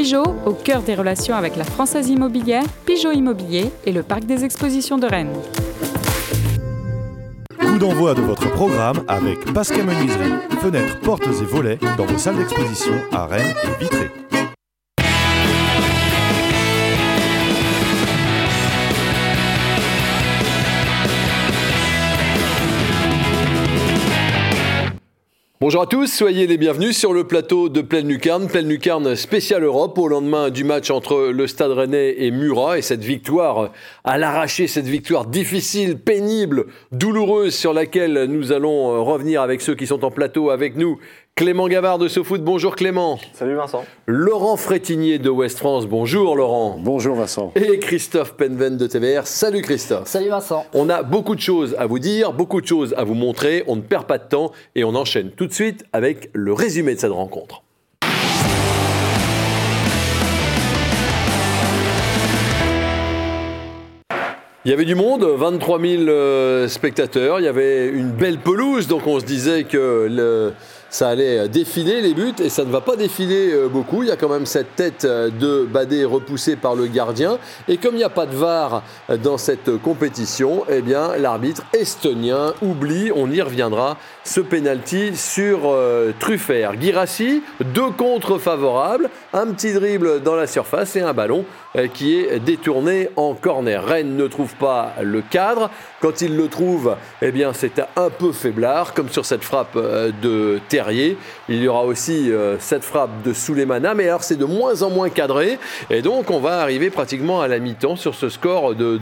Pigeot, au cœur des relations avec la Française Immobilière, Pigeot Immobilier et le Parc des Expositions de Rennes. Coup d'envoi de votre programme avec Pascal Menuiserie, fenêtres, portes et volets dans vos salles d'exposition à Rennes et Vitré. Bonjour à tous, soyez les bienvenus sur le plateau de Pleine Lucarne. Pleine Lucarne spéciale Europe au lendemain du match entre le Stade Rennais et Murat. Et cette victoire à l'arraché, cette victoire difficile, pénible, douloureuse sur laquelle nous allons revenir avec ceux qui sont en plateau avec nous. Clément Gavard de SoFoot, bonjour Clément. Salut Vincent. Laurent Frétinier de Ouest France, bonjour Laurent. Bonjour Vincent. Et Christophe Penven de TVR, salut Christophe. Salut Vincent. On a beaucoup de choses à vous dire, beaucoup de choses à vous montrer, on ne perd pas de temps et on enchaîne tout de suite avec le résumé de cette rencontre. Il y avait du monde, 23 000 spectateurs, il y avait une belle pelouse, donc on se disait que ça allait défiler les buts, et ça ne va pas défiler beaucoup. Il y a quand même cette tête de Badé repoussée par le gardien, et comme il n'y a pas de VAR dans cette compétition, eh bien l'arbitre estonien oublie, on y reviendra, ce pénalty sur Truffert. Guirassy, 2 contres favorables, un petit dribble dans la surface et un ballon qui est détourné en corner. Rennes ne trouve pas le cadre. Quand il le trouve, eh bien, c'est un peu faiblard, comme sur cette frappe de Terrier. Il y aura aussi cette frappe de Souleymana, mais alors c'est de moins en moins cadré. Et donc, on va arriver pratiquement à la mi-temps sur ce score de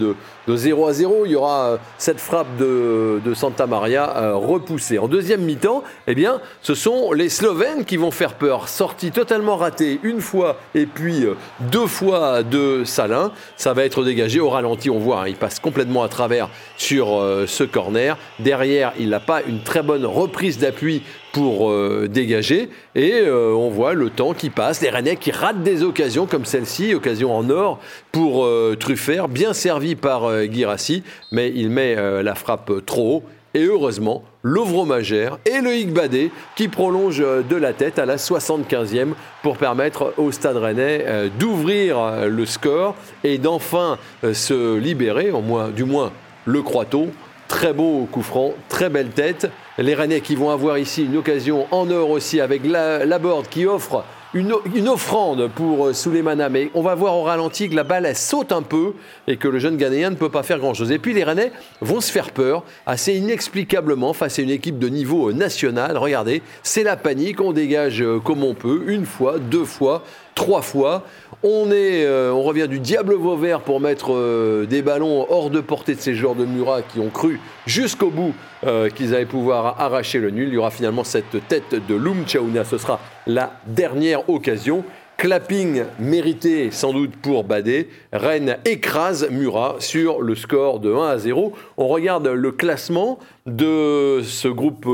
0-0. Il y aura cette frappe de Santa Maria repoussée. En deuxième mi-temps, eh bien, ce sont les Slovènes qui vont faire peur. Sortie totalement ratée une fois et puis 2 fois de Salin. Ça va être dégagé au ralenti, on voit, hein, il passe complètement à travers sur ce corner. Derrière, il n'a pas une très bonne reprise d'appui pour dégager et on voit le temps qui passe, les Rennais qui ratent des occasions comme celle-ci, occasion en or pour Truffert, bien servi par Guirassy, mais il met la frappe trop haut. Et heureusement, Lovro-Magère et Loïc Badé qui prolongent de la tête à la 75e pour permettre au Stade Rennais d'ouvrir le score et d'enfin se libérer, du moins le croit-on. Très beau coup franc, très belle tête. Les Rennais qui vont avoir ici une occasion en or aussi avec Laborde qui offre une offrande pour Souleymana, mais on va voir au ralenti que la balle elle saute un peu et que le jeune Ghanéen ne peut pas faire grand-chose. Et puis les Rennais vont se faire peur assez inexplicablement face à une équipe de niveau national. Regardez, c'est la panique, on dégage comme on peut, 1 fois, 2 fois, 3 fois. On revient du diable Vauvert pour mettre des ballons hors de portée de ces joueurs de Murat qui ont cru jusqu'au bout qu'ils allaient pouvoir arracher le nul. Il y aura finalement cette tête de Loum Chaouna. Ce sera la dernière occasion. Clapping mérité sans doute pour Badé. Rennes écrase Murat sur le score de 1-0. On regarde le classement de ce groupe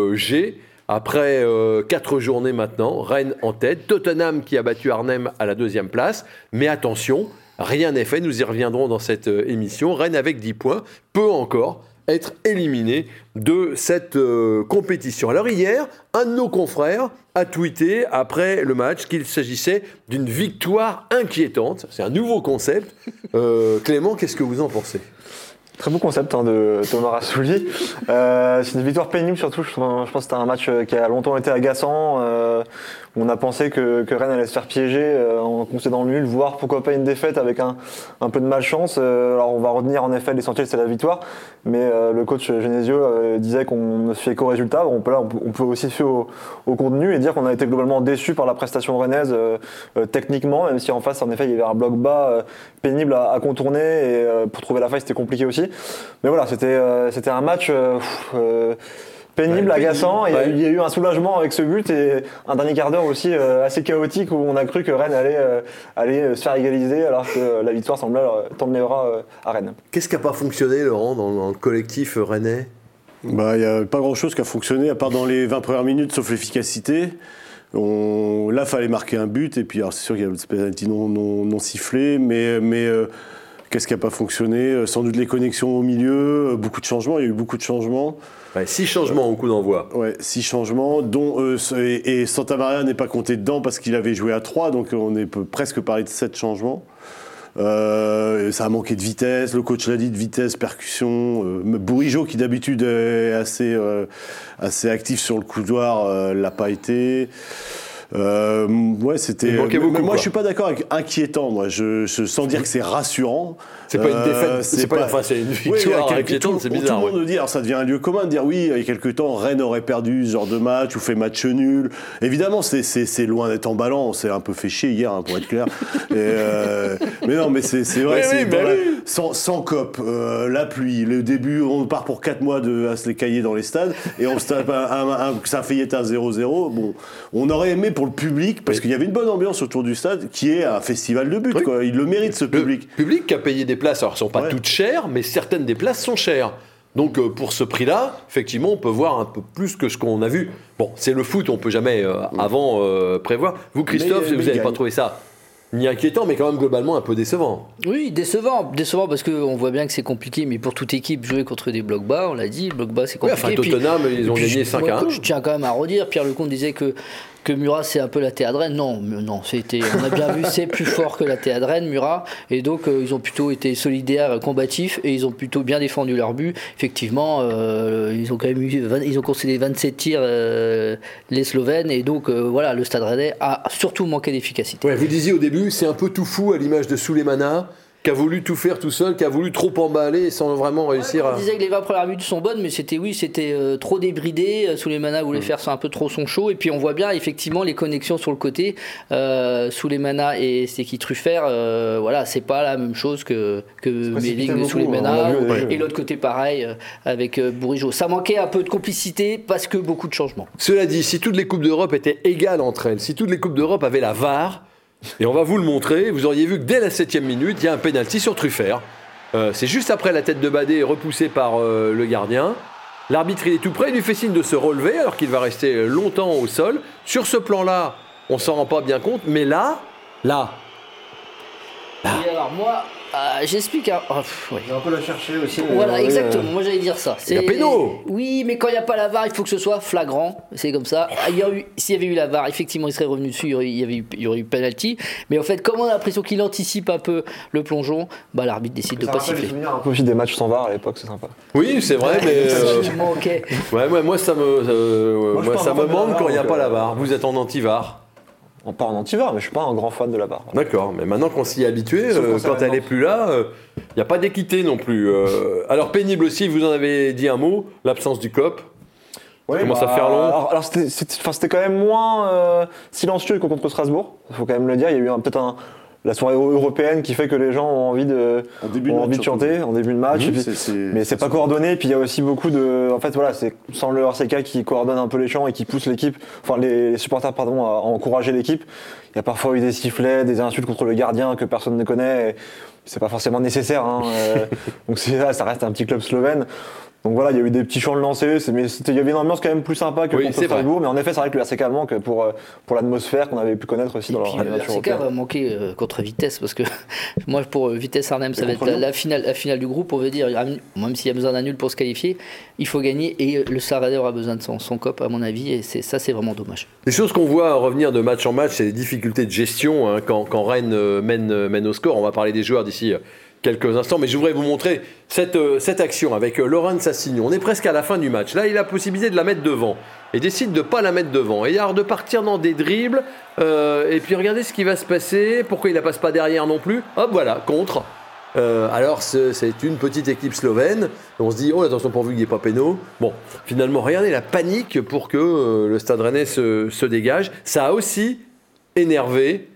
G. Après 4 journées maintenant, Rennes en tête, Tottenham qui a battu Arnhem à la 2e place. Mais attention, rien n'est fait, nous y reviendrons dans cette émission. Rennes avec 10 points peut encore être éliminé de cette compétition. Alors hier, un de nos confrères a tweeté après le match qu'il s'agissait d'une victoire inquiétante. C'est un nouveau concept. Clément, qu'est-ce que vous en pensez ? Très beau concept de Thomas Rassouli. C'est une victoire pénible surtout. Je pense que c'était un match qui a longtemps été agaçant. On a pensé que Rennes allait se faire piéger en concédant le nul, voire pourquoi pas une défaite avec un peu de malchance. Alors on va retenir en effet l'essentiel, c'est la victoire. Mais le coach Genesio disait qu'on ne se fiait qu'au résultat. On peut aussi se fier au contenu et dire qu'on a été globalement déçu par la prestation rennaise techniquement, même si en face en effet il y avait un bloc bas pénible à contourner et pour trouver la faille c'était compliqué aussi. Mais voilà, c'était un match pénible, agaçant. Il y a eu un soulagement avec ce but et un dernier quart d'heure aussi assez chaotique où on a cru que Rennes allait se faire égaliser alors que la victoire semblait tendre les bras à Rennes. Qu'est-ce qui n'a pas fonctionné, Laurent, dans le collectif rennais ? Il n'y a pas grand-chose qui a fonctionné, à part dans les 20 premières minutes, sauf l'efficacité. Là, il fallait marquer un but, et puis alors, c'est sûr qu'il y a le penalty non sifflé, mais Qu'est-ce qui n'a pas fonctionné? Sans doute les connexions au milieu, beaucoup de changements, il y a eu beaucoup de changements. Ouais, 6 changements au coup d'envoi. Ouais, 6 changements, dont et Santa Maria n'est pas compté dedans parce qu'il avait joué à 3, donc on peut presque parler de 7 changements. Ça a manqué de vitesse, le coach l'a dit, de vitesse, percussion. Bourigeaud, qui d'habitude est assez actif sur le couloir, l'a pas été. Ouais, c'était. Moi, je suis pas d'accord avec inquiétant. Moi, sans dire que c'est rassurant. C'est pas une défaite. C'est une victoire inquiétante. C'est bizarre. Tout le monde dit. Alors, ça devient un lieu commun de dire oui. Il y a quelques temps, Rennes aurait perdu ce genre de match ou fait match nul. Évidemment, c'est loin d'être emballant. On s'est un peu fait chier hier, hein, pour être clair. Mais non, mais c'est vrai. Sans COP, la pluie, le début, on part pour 4 mois à se les cailler dans les stades et on se tape ça a failli être un 0-0. Bon, on aurait aimé pour le public, parce qu'il y avait une bonne ambiance autour du stade, qui est un festival de but. Quoi. Il le mérite, ce public. Le public qui a payé des places, alors elles ne sont pas toutes chères, mais certaines des places sont chères. Donc pour ce prix-là, effectivement, on peut voir un peu plus que ce qu'on a vu. Bon, c'est le foot, on ne peut jamais avant prévoir. Vous, Christophe, vous n'avez pas trouvé ça ni inquiétant, mais quand même globalement un peu décevant. Oui, décevant parce qu'on voit bien que c'est compliqué, mais pour toute équipe, jouer contre des blocs bas, on l'a dit, bloc bas c'est compliqué. Oui, enfin, Tottenham, ils ont gagné 5-1. Je tiens quand même à redire, Pierre Lecomte disait que Murat c'est un peu la Théâtre Rennes. Non, on a bien vu, c'est plus fort que la Théâtre Rennes, Murat, et donc ils ont plutôt été solidaires, combatifs, et ils ont plutôt bien défendu leur but. Effectivement, ils ont quand même ils ont concédé 27 tirs, les Slovènes, et donc voilà, le Stade Rennais a surtout manqué d'efficacité. Ouais, vous disiez au début, c'est un peu tout fou à l'image de Souleymana, qui a voulu tout faire tout seul, qui a voulu trop emballer sans vraiment réussir à... On disait que les 20 premières minutes sont bonnes, mais c'était trop débridé. Souleymana voulait faire un peu trop son show, et puis on voit bien effectivement les connexions sur le côté. Souleymana et Seki Truffert, voilà, c'est pas la même chose que Méling, Souleymana, et l'autre côté pareil avec Bourigeaud. Ça manquait un peu de complicité parce que beaucoup de changements. Cela dit, si toutes les Coupes d'Europe étaient égales entre elles, si toutes les Coupes d'Europe avaient la VAR, et on va vous le montrer, vous auriez vu que dès la 7e minute, il y a un pénalty sur Truffert. C'est juste après la tête de Badé repoussée par le gardien. L'arbitre, il est tout près, il lui fait signe de se relever alors qu'il va rester longtemps au sol. Sur ce plan-là, on s'en rend pas bien compte, mais là. Et alors moi, j'explique. Ouais. On peut la chercher aussi. Voilà, exactement. Moi j'allais dire ça. Il y a péno. Oui, mais quand il n'y a pas la VAR, il faut que ce soit flagrant. C'est comme ça. S'il y avait eu la VAR, effectivement, il serait revenu dessus. Il y aurait eu penalty. Mais en fait, comme on a l'impression qu'il anticipe un peu le plongeon, l'arbitre décide de pas siffler. Ça un peu aussi des matchs sans VAR à l'époque, c'est sympa. Oui, c'est vrai, mais moi ça me manque quand il n'y a pas la VAR. Vous êtes en anti-VAR. Pas en anti-VAR, mais je suis pas un grand fan de la VAR. D'accord, mais maintenant qu'on s'y est habitué, quand elle n'est plus là, il n'y a pas d'équité non plus. Alors pénible aussi, vous en avez dit un mot, l'absence du COP. Oui, commence à faire long. Alors c'était quand même moins silencieux que contre Strasbourg, il faut quand même le dire. Il y a eu peut-être la soirée européenne qui fait que les gens ont envie de chanter en début de match. Mais c'est pas coordonné. Et puis il y a aussi beaucoup de. En fait, voilà, c'est sans le RCK qui coordonne un peu les chants et qui pousse l'équipe, enfin les supporters, à encourager l'équipe. Il y a parfois eu des sifflets, des insultes contre le gardien que personne ne connaît. Et c'est pas forcément nécessaire. Donc ça reste un petit club slovène. Donc voilà, il y a eu des petits chants de lancer, mais il y avait une ambiance quand même plus sympa que contre Strasbourg. Mais en effet, c'est vrai que le RCK manque pour l'atmosphère qu'on avait pu connaître aussi dans la nature européenne. Le RCK va manquer contre Vitesse, parce que moi, pour Vitesse Arnhem, ça va être la finale du groupe. On veut dire, même s'il y a besoin d'un nul pour se qualifier, il faut gagner. Et le Stade aura besoin de son COP, à mon avis, et ça, c'est vraiment dommage. Les choses qu'on voit revenir de match en match, c'est les difficultés de gestion. Quand Rennes mène au score, on va parler des joueurs d'ici quelques instants, mais je voudrais vous montrer cette action avec Laurent Sassignon. On est presque à la fin du match. Là, il a la possibilité de la mettre devant et décide de ne pas la mettre devant. Et alors de partir dans des dribbles et puis regardez ce qui va se passer. Pourquoi il ne la passe pas derrière non plus? Hop, voilà, contre. Alors c'est une petite équipe slovène. On se dit, oh attention pourvu qu'il n'y ait pas péno. Bon, finalement, regardez la panique pour que le Stade Rennais se dégage. Ça a aussi énervé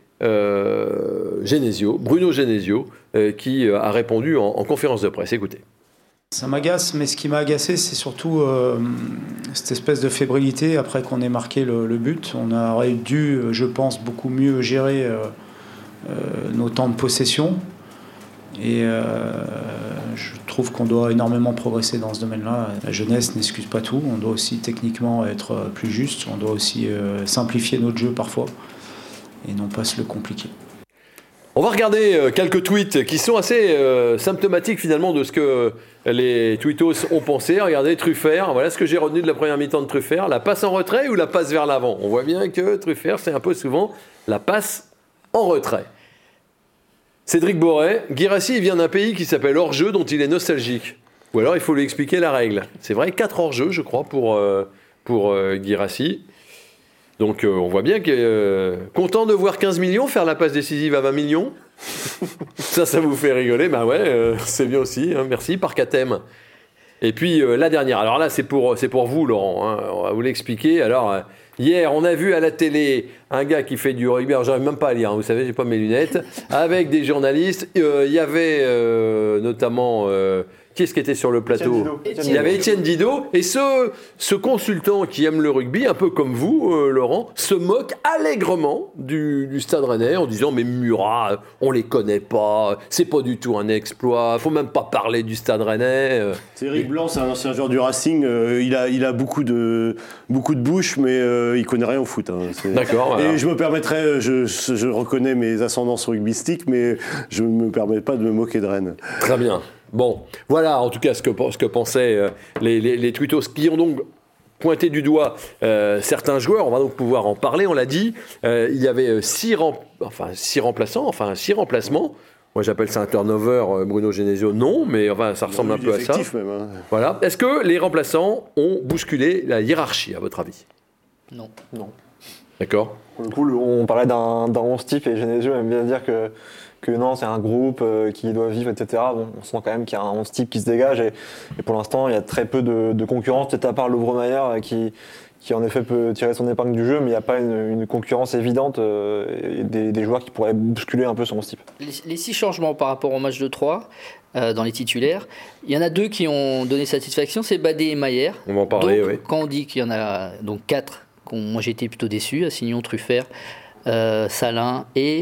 Bruno Genesio, qui a répondu en conférence de presse. Écoutez. Ça m'agace, mais ce qui m'a agacé, c'est surtout cette espèce de fébrilité après qu'on ait marqué le but. On aurait dû, je pense, beaucoup mieux gérer nos temps de possession. Et je trouve qu'on doit énormément progresser dans ce domaine-là. La jeunesse n'excuse pas tout. On doit aussi techniquement être plus juste. On doit aussi simplifier notre jeu parfois et non pas se le compliquer. On va regarder quelques tweets qui sont assez symptomatiques finalement de ce que les tweetos ont pensé. Regardez, Truffert, voilà ce que j'ai retenu de la première mi-temps de Truffert. La passe en retrait ou la passe vers l'avant? On voit bien que Truffert, c'est un peu souvent la passe en retrait. Cédric Borret, Guirassy, il vient d'un pays qui s'appelle hors-jeu dont il est nostalgique. Ou alors il faut lui expliquer la règle. C'est vrai, 4 hors-jeu, je crois, pour Guirassy. Donc on voit bien que content de voir 15 millions faire la passe décisive à 20 millions. Ça vous fait rigoler. Ben ouais, c'est bien aussi. Hein, merci, Parcatem. Et puis la dernière. Alors là, c'est pour vous, Laurent. Hein, on va vous l'expliquer. Alors hier, on a vu à la télé un gars qui fait du rugby. Alors j'arrive même pas à lire. Hein, vous savez, j'ai pas mes lunettes. Avec des journalistes. Il y avait notamment. Qui est-ce qui était sur le plateau? Il y avait Étienne Didot. Et ce consultant qui aime le rugby, un peu comme vous, Laurent, se moque allègrement du Stade Rennais en disant « Mais Murat, on les connaît pas, c'est pas du tout un exploit, faut même pas parler du Stade Rennais. » C'est Eric Blanc, c'est un ancien joueur du Racing. Il a beaucoup de bouche, mais il connaît rien au foot. Hein. D'accord. Voilà. Et je me permettrais, je reconnais mes ascendances rugbystiques, mais je ne me permets pas de me moquer de Rennes. Très bien. Bon, voilà en tout cas ce que pensaient les tweetos qui ont donc pointé du doigt certains joueurs. On va donc pouvoir en parler, on l'a dit. Il y avait 6 remplacements. Moi j'appelle ça un turnover, Bruno Genesio, non, mais enfin, ça ressemble un peu à ça. Même, hein. Voilà. Est-ce que les remplaçants ont bousculé la hiérarchie, à votre avis? Non. D'accord. Pour le coup, on parlait d'un 11 type et Genesio aime bien dire que non, c'est un groupe qui doit vivre, etc. Bon, on sent quand même qu'il y a un 11 type qui se dégage et pour l'instant, il y a très peu de concurrence, peut-être à part Lovre-Mayer qui en effet peut tirer son épingle du jeu, mais il n'y a pas une concurrence évidente et des joueurs qui pourraient bousculer un peu son 11 type. Les 6 changements par rapport au match de 3 dans les titulaires, il y en a 2 qui ont donné satisfaction, c'est Badé et Mayer. On va en parler, donc, oui. Quand on dit qu'il y en a donc 4, moi j'ai été plutôt déçu, Assignon, Truffert, Salin et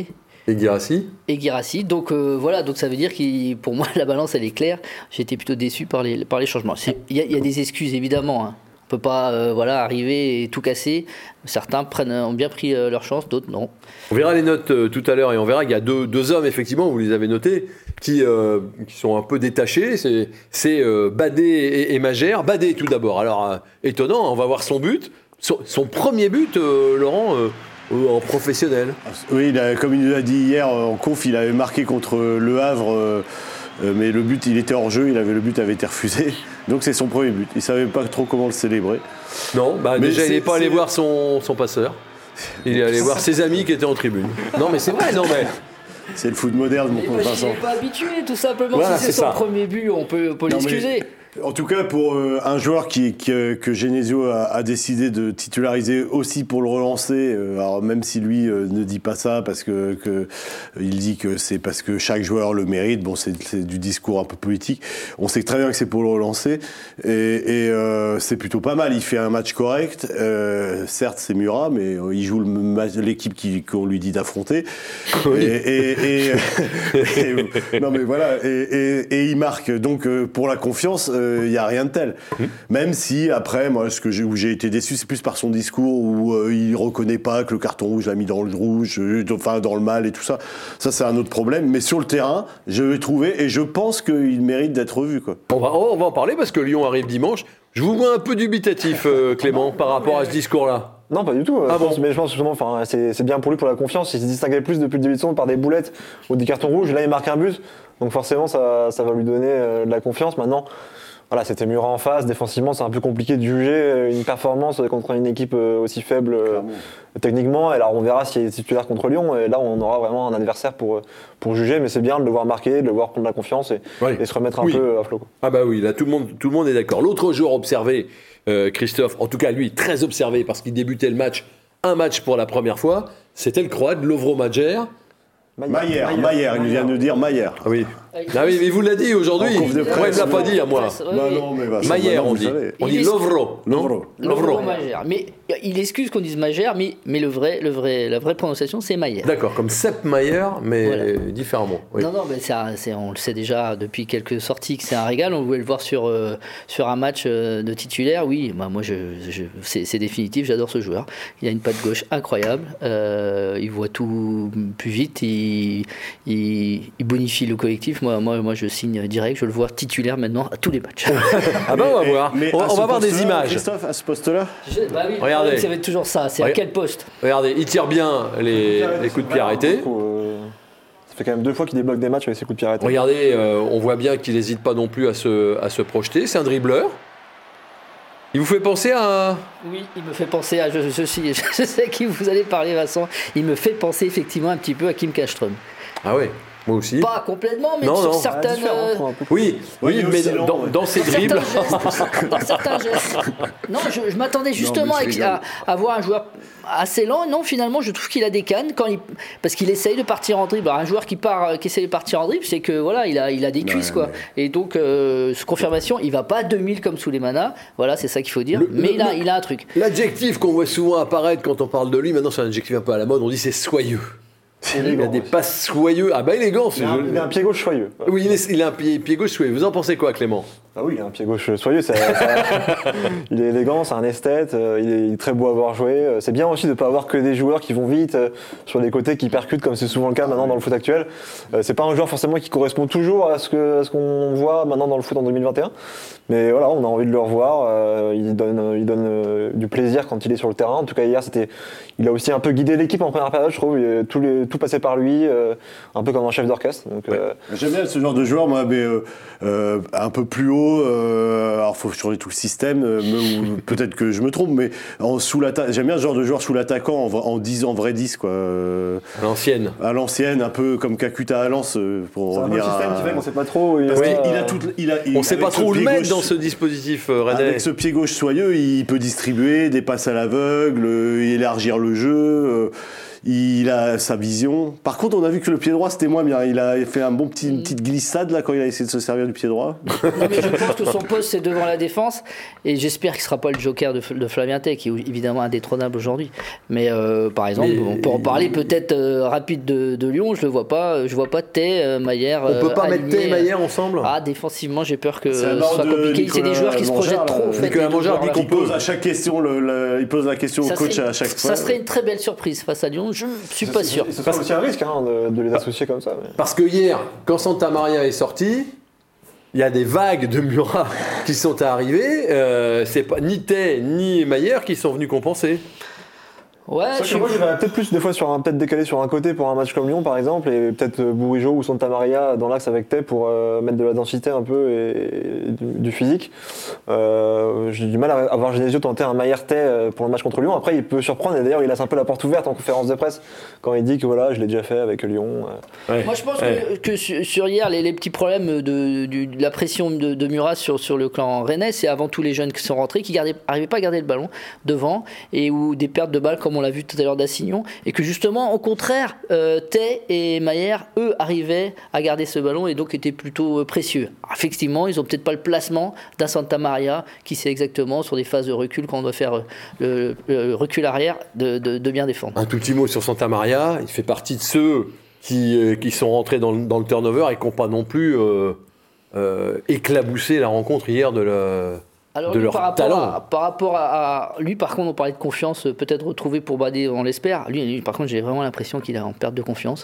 Guirassy. Donc voilà, donc ça veut dire que pour moi la balance elle est claire. J'ai été plutôt déçu par les changements. Il y a des excuses évidemment. Hein. On peut pas arriver et tout casser. Certains ont bien pris leur chance, d'autres non. On verra les notes tout à l'heure et on verra qu'il y a deux hommes effectivement, vous les avez notés, qui sont un peu détachés. C'est Badé et Magère. Badé tout d'abord. Alors étonnant, on va voir son but. Son premier but, Laurent. En professionnel. Oui, comme il nous l'a dit hier en conf, il avait marqué contre Le Havre, mais le but, il était hors jeu, le but avait été refusé. Donc c'est son premier but. Il ne savait pas trop comment le célébrer. Non, déjà il n'est pas allé voir son passeur. Il est allé voir ses amis qui étaient en tribune. Non mais c'est vrai, non mais... C'est le foot moderne, mon compte Vincent. Il n'est pas habitué, tout simplement. Voilà, si c'est son premier but, on peut l'excuser. En tout cas, pour un joueur que Genesio a décidé de titulariser aussi pour le relancer, alors même si lui ne dit pas ça, parce que il dit que c'est parce que chaque joueur le mérite, bon, c'est du discours un peu politique, on sait très bien que c'est pour le relancer, et c'est plutôt pas mal, il fait un match correct, certes c'est Murat, mais il joue l'équipe qu'on lui dit d'affronter, non mais voilà, et il marque, donc pour la confiance, il n'y a rien de tel. Même si, après, moi, où j'ai été déçu, c'est plus par son discours où il ne reconnaît pas que le carton rouge l'a mis dans le rouge, enfin dans le mal et tout ça. Ça, c'est un autre problème. Mais sur le terrain, je l'ai trouvé et je pense qu'il mérite d'être revu, quoi. On va en parler parce que Lyon arrive dimanche. Je vous vois un peu dubitatif, Clément, par rapport à ce discours-là. Non, pas du tout. Ah bon. Mais je pense justement, c'est bien pour lui, pour la confiance. Il se distinguait plus depuis le début de saison par des boulettes ou des cartons rouges. Là, il marque un but. Donc forcément, ça va lui donner de la confiance. Maintenant, voilà, c'était Murat en face. Défensivement, c'est un peu compliqué de juger une performance contre une équipe aussi faible techniquement. Et alors, on verra s'il est titulaire contre Lyon. Et là, on aura vraiment un adversaire pour juger. Mais c'est bien de le voir marquer, de le voir prendre la confiance et se remettre un peu à flot. Ah bah oui, là, tout le monde est d'accord. L'autre joueur observé, Christophe, en tout cas lui, très observé parce qu'il débutait un match pour la première fois, c'était le Croate Lovro Majer. Mayer, il vient de dire Mayer. Ah oui. Ah oui, mais il vous l'a dit aujourd'hui. En conf de presse, Moi, il ne l'a pas dit à moi. Bah non, mais bah, ça, Maillère, maintenant, on vous dit. savez. On dit Lovro. Lovro. Lovro Maillère. Mais il excuse qu'on dise Maillère, mais la vraie prononciation, c'est Maillère. D'accord, comme Sepp Maier, mais Voilà. différemment. Oui. Non, mais on le sait déjà depuis quelques sorties que c'est un régal. On voulait le voir sur un match de titulaire. Oui, moi, c'est définitif. J'adore ce joueur. Il a une patte gauche incroyable. Il voit tout plus vite. Il bonifie le collectif. Moi, je signe direct. Je le vois titulaire maintenant à tous les matchs. Ah ben, on va voir. Mais On à ce va voir des poste-là, images. Christophe, à ce poste-là Bah oui, Regardez. ça va être toujours ça. C'est à quel poste? Regardez, il tire bien les coups de pied arrêtés. Ça fait quand même 2 fois qu'il débloque des matchs avec ses coups de pied arrêtés. Regardez, on voit bien qu'il n'hésite pas non plus à se projeter. C'est un dribbleur. Il vous fait penser à... Oui, il me fait penser à... Je sais à qui vous allez parler, Vincent. Il me fait penser effectivement un petit peu à Kim Kallström. Ah ouais, moi aussi. Pas complètement, mais Non, sur non. certaines... Oui, Oui, mais aussi lent, dans ses dribbles... Dans certains gestes. Non, je m'attendais justement mais je à voir un joueur assez lent. Non, finalement, je trouve qu'il a des cannes parce qu'il essaye de partir en dribble. Alors, un joueur qui essaye de partir en dribble, c'est que voilà, il a des cuisses, quoi. Et donc, confirmation, il va pas à 2000 comme Souleymana. Voilà, c'est ça qu'il faut dire. Mais il a un truc. L'adjectif qu'on voit souvent apparaître quand on parle de lui, maintenant c'est un adjectif un peu à la mode, on dit c'est soyeux. Il a des passes soyeux. Ah bah élégant, c'est joli. Il a un pied gauche soyeux. Oui, il a un pied gauche soyeux. Vous en pensez quoi, Clément? Ah oui, il a un pied gauche soyeux, il est élégant, c'est un esthète, il est très beau à voir jouer. C'est bien aussi de ne pas avoir que des joueurs qui vont vite sur les côtés, qui percutent comme c'est souvent le cas maintenant dans le foot actuel. C'est pas un joueur forcément qui correspond toujours à ce qu'on voit maintenant dans le foot en 2021. Mais voilà, on a envie de le revoir. Il donne du plaisir quand il est sur le terrain. En tout cas, hier, il a aussi un peu guidé l'équipe en première période, je trouve. Tout passait par lui, un peu comme un chef d'orchestre. Donc, J'aime bien ce genre de joueur, moi, mais un peu plus haut. Alors, il faut changer tout le système. Ou peut-être que je me trompe, mais j'aime bien ce genre de joueur sous l'attaquant en 10 ans, vrai 10, quoi. À l'ancienne. À l'ancienne, un peu comme Kakuta à Lens. Pour c'est un peu le revenir système qui fait qu'on ne sait pas trop. Parce qu'il a On ne sait pas trop où le mettre dans gauche, ce dispositif, René. avec ce pied gauche soyeux, il peut distribuer des passes à l'aveugle, élargir le jeu. Il a sa vision. Par contre, on a vu que le pied droit, c'était moins bien. Il a fait une petite glissade là quand il a essayé de se servir du pied droit. Non, mais je pense que son poste, c'est devant la défense. Et j'espère qu'il ne sera pas le joker de Flavien Tay, qui est évidemment indétrônable aujourd'hui. Mais par exemple, on peut en parler peut-être rapide de Lyon. Je ne vois pas Tay, Maillère. On ne peut pas mettre Tay et Maillère ensemble? Ah, défensivement, j'ai peur que C'est ce soit compliqué. C'est des joueurs qui se projettent trop. En fait, Nicolas Mangard dit qu'on Il pose à chaque question, il pose la question au coach à chaque fois. Ça serait une très belle surprise face à Lyon. Je ne suis pas sûr. Ce serait aussi un risque de les associer comme ça. Mais... Parce que hier, quand Santa Maria est sorti, il y a des vagues de Murat qui sont arrivées. C'est pas ni Tay ni Maillère qui sont venus compenser. Ouais, Moi, je vais peut-être plus des fois peut-être décaler sur un côté pour un match comme Lyon par exemple, et peut-être Bourigeaud ou Santa Maria dans l'axe avec Tay pour mettre de la densité un peu et du physique. J'ai du mal à voir Genesio tenter un Maillère-Tay pour le match contre Lyon. Après, il peut surprendre, et d'ailleurs, il laisse un peu la porte ouverte en conférence de presse quand il dit que voilà, je l'ai déjà fait avec Lyon. Ouais. Moi, je pense que sur hier, les petits problèmes de la pression de Murat sur le clan rennais, c'est avant tout les jeunes qui sont rentrés, qui n'arrivaient pas à garder le ballon devant, et ou des pertes de balles comme on l'a vu tout à l'heure d'Assignon, et que justement, au contraire, Tay et Maillère, eux, arrivaient à garder ce ballon et donc étaient plutôt précieux. Alors, effectivement, ils n'ont peut-être pas le placement d'un Santa Maria qui sait exactement sur des phases de recul quand on doit faire le recul arrière de bien défendre. Un tout petit mot sur Santa Maria, il fait partie de ceux qui sont rentrés dans le turnover et qui n'ont pas non plus éclaboussé la rencontre hier de leur talent. Par rapport à lui, par contre, on parlait de confiance, peut-être retrouvée pour Badé, on l'espère. Lui, par contre, j'ai vraiment l'impression qu'il est en perte de confiance.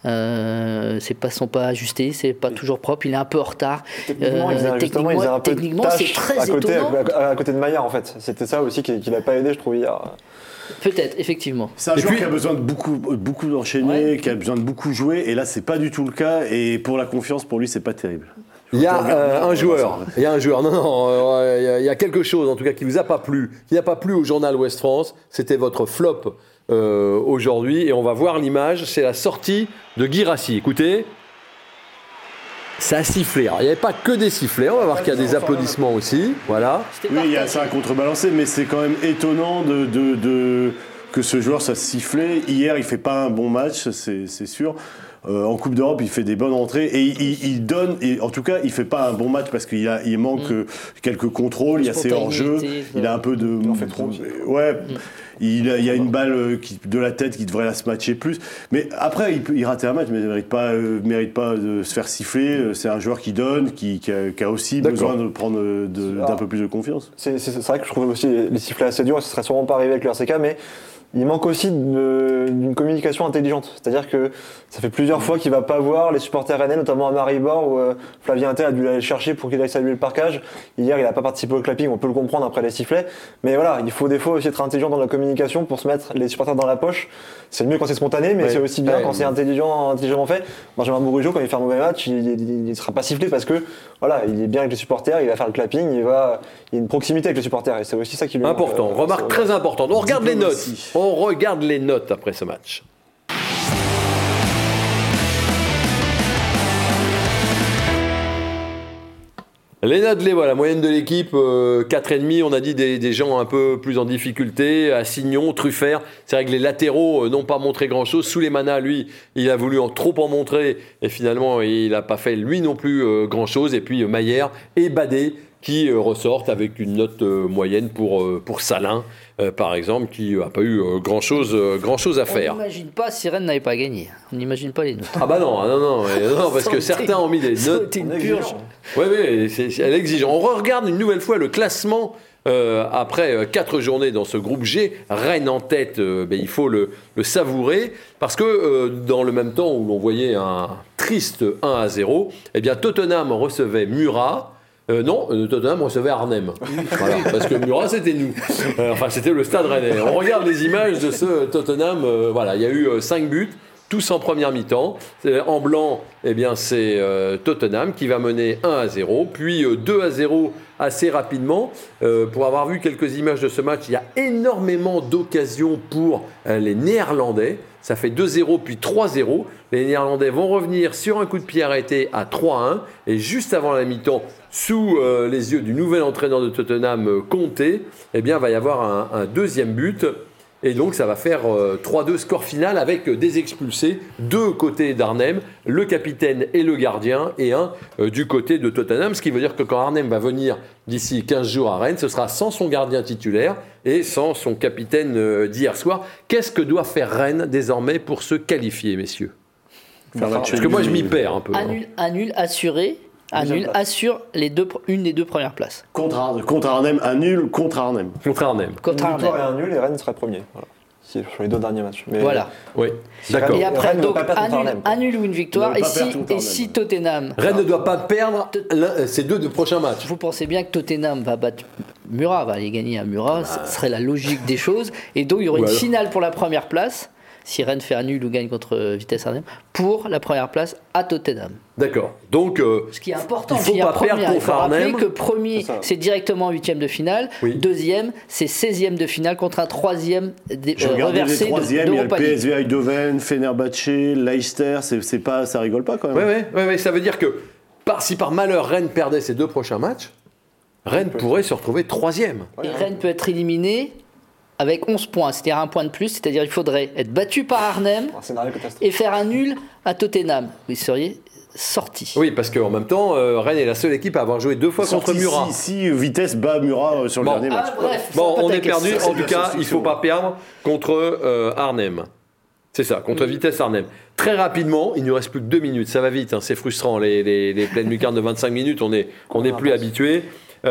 Sont pas ajustés, c'est pas toujours propre. Il est un peu en retard. Techniquement, c'est très étonnant. À côté de Maillard, en fait. C'était ça aussi qui l'a pas aidé, je trouve, hier. Peut-être, effectivement. C'est un joueur qui a besoin de beaucoup d'enchaîner, qui a besoin de beaucoup jouer, et là, c'est pas du tout le cas. Et pour la confiance, pour lui, c'est pas terrible. Il y a un joueur. Il y a quelque chose, en tout cas, qui vous a pas plu, qui n'a pas plu au journal Ouest France. C'était votre flop aujourd'hui, et on va voir l'image. C'est la sortie de Guirassy. Écoutez, ça a sifflé. Alors, il n'y avait pas que des sifflets. On va voir qu'il y a des applaudissements aussi. Voilà. Oui, ça a contrebalancé, mais c'est quand même étonnant que ce joueur soit sifflé. Hier, il fait pas un bon match, c'est sûr. En Coupe d'Europe, il fait des bonnes rentrées et il donne. Et en tout cas, il fait pas un bon match parce il manque quelques contrôles. Il y a ses hors-jeux. Il a un peu de. Il en fait trop. Ouais. Il y a une balle de la tête qui devrait se matcher plus. Mais après, il rate un match, mais il ne mérite pas de se faire siffler. C'est un joueur qui donne, qui a aussi besoin de prendre d'un peu plus de confiance. C'est vrai que je trouve aussi les sifflets assez durs. Ce ne serait sûrement pas arrivé avec le RCK, mais il manque aussi d'une communication intelligente. C'est-à-dire que ça fait plusieurs fois qu'il ne va pas voir les supporters rennais, notamment à Maribor, où Flavien Inter a dû aller le chercher pour qu'il aille saluer le parquage. Hier, il n'a pas participé au clapping, on peut le comprendre après les sifflets. Mais voilà, il faut des fois aussi être intelligent dans la communication pour se mettre les supporters dans la poche. C'est mieux quand c'est spontané, mais c'est aussi bien quand c'est intelligemment fait. Benjamin Bourigeaud, quand il fait un mauvais match, il ne sera pas sifflé parce que voilà, il est bien avec les supporters, il va faire le clapping, il y a une proximité avec les supporters. Et c'est aussi ça qui lui important. Remarque très importante. On regarde les notes. On regarde les notes après ce match. Les notes, les voilà, moyenne de l'équipe, 4,5, on a dit des gens un peu plus en difficulté, Assignon, Truffert, c'est vrai que les latéraux n'ont pas montré grand-chose, Souleymana, lui, il a voulu trop en montrer, et finalement, il n'a pas fait lui non plus grand-chose, et puis Maillère et Badé, qui ressortent avec une note moyenne pour Salin, par exemple, qui n'a pas eu grand-chose à faire. On n'imagine pas si Rennes n'avait pas gagné. On n'imagine pas les notes. Ah bah non, parce que certains ont mis des notes. C'était une purge. Oui, elle exige. On regarde une nouvelle fois le classement après 4 journées dans ce groupe G. Rennes en tête, il faut le savourer, parce que dans le même temps où l'on voyait un triste 1-0, eh bien Tottenham recevait Murat. Tottenham recevait Arnhem. Voilà, parce que Murat, c'était nous. C'était le Stade Rennais. On regarde les images de ce Tottenham. Il y a eu 5 buts, tous en première mi-temps. En blanc, eh bien, c'est Tottenham qui va mener 1-0, puis 2-0 assez rapidement. Pour avoir vu quelques images de ce match, il y a énormément d'occasions pour les Néerlandais. Ça fait 2-0 puis 3-0. Les Néerlandais vont revenir sur un coup de pied arrêté à 3-1. Et juste avant la mi-temps, sous les yeux du nouvel entraîneur de Tottenham, Conte, eh bien, va y avoir un deuxième but. Et donc, ça va faire 3-2 score final avec des expulsés, 2 côté d'Arnhem, le capitaine et le gardien, et un du côté de Tottenham. Ce qui veut dire que quand Arnhem va venir d'ici 15 jours à Rennes, ce sera sans son gardien titulaire et sans son capitaine d'hier soir. Qu'est-ce que doit faire Rennes désormais pour se qualifier, messieurs ? Parce que moi, je m'y perds un peu. Un nul assuré. Un nul assure une des 2 premières places. Contre Arnhem, un nul contre Arnhem. Contre Arnhem. Une victoire et un nul, et Rennes serait premier. Voilà. Sur les 2 derniers matchs. Mais voilà. Oui, d'accord. Et après, donc, un nul ou une victoire. Et si Tottenham... Rennes ne doit pas perdre ces 2 prochains matchs. Vous pensez bien que Tottenham va battre Murat, va aller gagner à Murat, ce serait la logique des choses. Et donc, il y aurait une finale pour la première place, si Rennes fait un nul ou gagne contre Vitesse Arnhem, pour la première place à Tottenham. D'accord. Donc, ce qui est important, il ne faut pas perdre contre Arnhem. Il faut rappeler que premier, c'est directement en 8e de finale. Oui. Deuxième, c'est 16e de finale contre un 3e reversé de il y a le PSV Eindhoven, Fenerbahçe, Leicester. Ça rigole pas quand même. Oui, ça veut dire que si par malheur Rennes perdait ses 2 prochains matchs, Rennes pourrait se retrouver 3e. Et Rennes peut être éliminé avec 11 points, c'est-à-dire un point de plus, c'est-à-dire il faudrait être battu par Arnhem et faire un nul à Tottenham. Vous seriez sorti. Oui, parce qu'en même temps, Rennes est la seule équipe à avoir joué 2 fois contre Murat. Si Vitesse bat Murat sur le dernier match. On est perdu. En tout cas, il ne faut pas perdre contre Arnhem. C'est ça, contre Vitesse Arnhem. Très rapidement, il ne nous reste plus que 2 minutes. Ça va vite, c'est frustrant. Les pleines lucarnes de 25 minutes, on n'est plus habitué.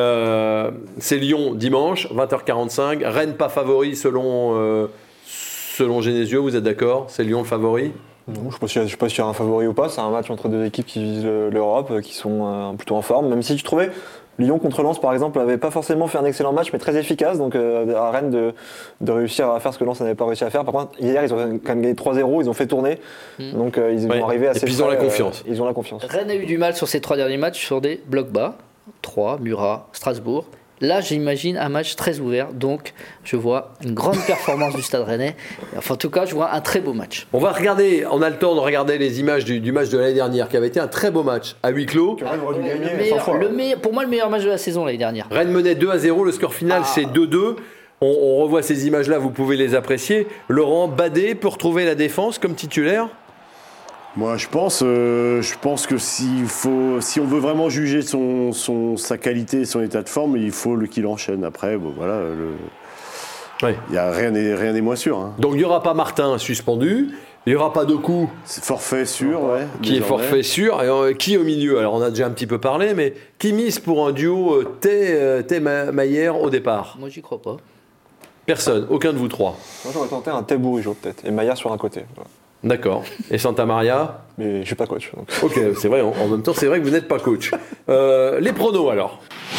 C'est Lyon dimanche 20h45. Rennes pas favori selon Genesio, vous êtes d'accord? C'est Lyon le favori? Non, je ne sais pas s'il y a un favori ou pas. C'est un match entre 2 équipes qui visent l'Europe, qui sont plutôt en forme. Même si je trouvais Lyon contre Lens par exemple n'avait pas forcément fait un excellent match, mais très efficace. Donc à Rennes de réussir à faire ce que Lens n'avait pas réussi à faire. Par contre, hier ils ont quand même gagné 3-0, ils ont fait tourner. Donc ils vont arriver assez. Et puis ils ont la confiance. Ils ont la confiance. Rennes a eu du mal sur ces 3 derniers matchs sur des blocs bas. 3, Murat, Strasbourg. Là, j'imagine un match très ouvert, donc je vois une grande performance du Stade Rennais. Enfin, en tout cas, je vois un très beau match. On va regarder, on a le temps de regarder les images du match de l'année dernière, qui avait été un très beau match à huis clos. Pour moi, le meilleur match de la saison l'année dernière. Rennes menait 2-0, le score final c'est 2-2. On revoit ces images-là, vous pouvez les apprécier. Laurent Badé peut retrouver la défense comme titulaire? Moi, je pense que si on veut vraiment juger sa qualité et son état de forme, il faut qu'il enchaîne. Après, bon, voilà, rien n'est moins sûr. Hein. Donc il n'y aura pas Martin suspendu, il n'y aura pas Doku. C'est forfait sûr, ouais. Qui est forfait sûr. Et qui au milieu? Alors on a déjà un petit peu parlé, mais qui mise pour un duo Maillère au départ? Moi, j'y crois pas. Personne, aucun de vous trois. Moi, j'aurais tenté un Bourigeaud peut-être, et Maillard sur un côté. Voilà. D'accord. Et Santa Maria? Mais je suis pas coach. Donc. Ok, c'est vrai, en même temps, c'est vrai que vous n'êtes pas coach. Les pronos alors?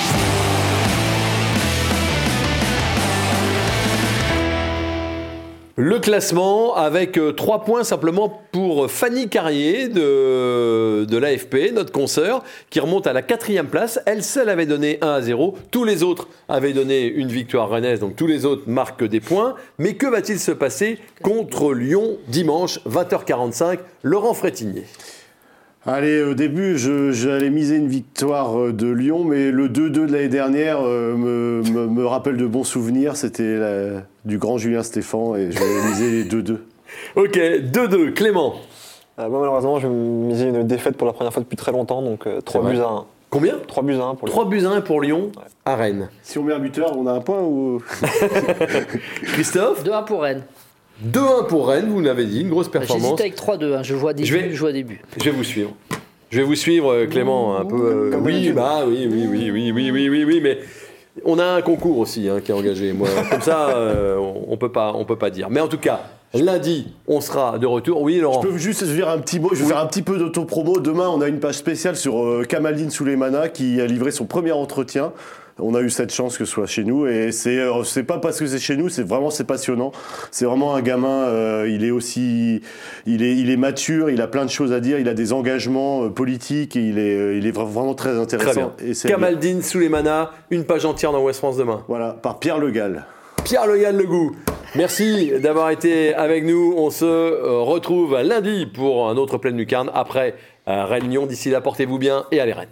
Le classement avec 3 points simplement pour Fanny Carrier de l'AFP, notre consoeur, qui remonte à la 4e place. Elle seule avait donné 1-0. Tous les autres avaient donné une victoire rennaise, donc tous les autres marquent des points. Mais que va-t-il se passer contre Lyon dimanche 20h45? Laurent Frétinier. Allez, au début, j'allais miser une victoire de Lyon, mais le 2-2 de l'année dernière me rappelle de bons souvenirs. C'était du grand Julien Stéphan et je vais miser les 2-2. Ok, 2-2. Clément? Moi, malheureusement, je vais miser une défaite pour la première fois depuis très longtemps, donc 3 buts à 1. Combien? 3 buts à 1 pour Lyon. 3 buts à 1 pour Lyon à Rennes. Si on met un buteur, on a un point ou... Christophe? 2-1 pour Rennes. 2-1 pour Rennes, vous l'avez dit, une grosse performance. J'hésite avec 3-2, hein. Je vois des buts. Je vais vous suivre, Clément, un peu. Oui, mais on a un concours aussi qui est engagé. Moi, comme ça, on peut pas dire. Mais en tout cas, lundi, on sera de retour. Oui, Laurent. Je peux juste dire un petit mot. Je vais faire un petit peu d'autopromo. Demain, on a une page spéciale sur Kamaldine Souleymana qui a livré son premier entretien. On a eu cette chance que ce soit chez nous et c'est pas parce que c'est chez nous, c'est passionnant. C'est vraiment un gamin, il est mature, il a plein de choses à dire, il a des engagements politiques et il est vraiment très intéressant. Très bien. Kamaldine Souleymana, une page entière dans Ouest France demain. Voilà, par Pierre Le Gall. Pierre Le Gall Legout. Merci d'avoir été avec nous. On se retrouve lundi pour un autre Pleine Lucarne après Rennes-Lyon. D'ici là, portez-vous bien et allez Rennes.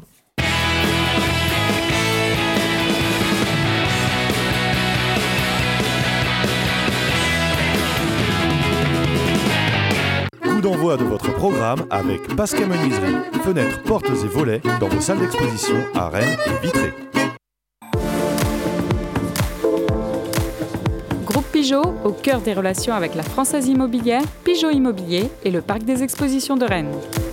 D'envoi de votre programme avec Pascal Menuiserie, fenêtres, portes et volets dans vos salles d'exposition à Rennes et Vitré. Groupe Pigeot, au cœur des relations avec la Française Immobilière, Pigeot Immobilier et le Parc des Expositions de Rennes.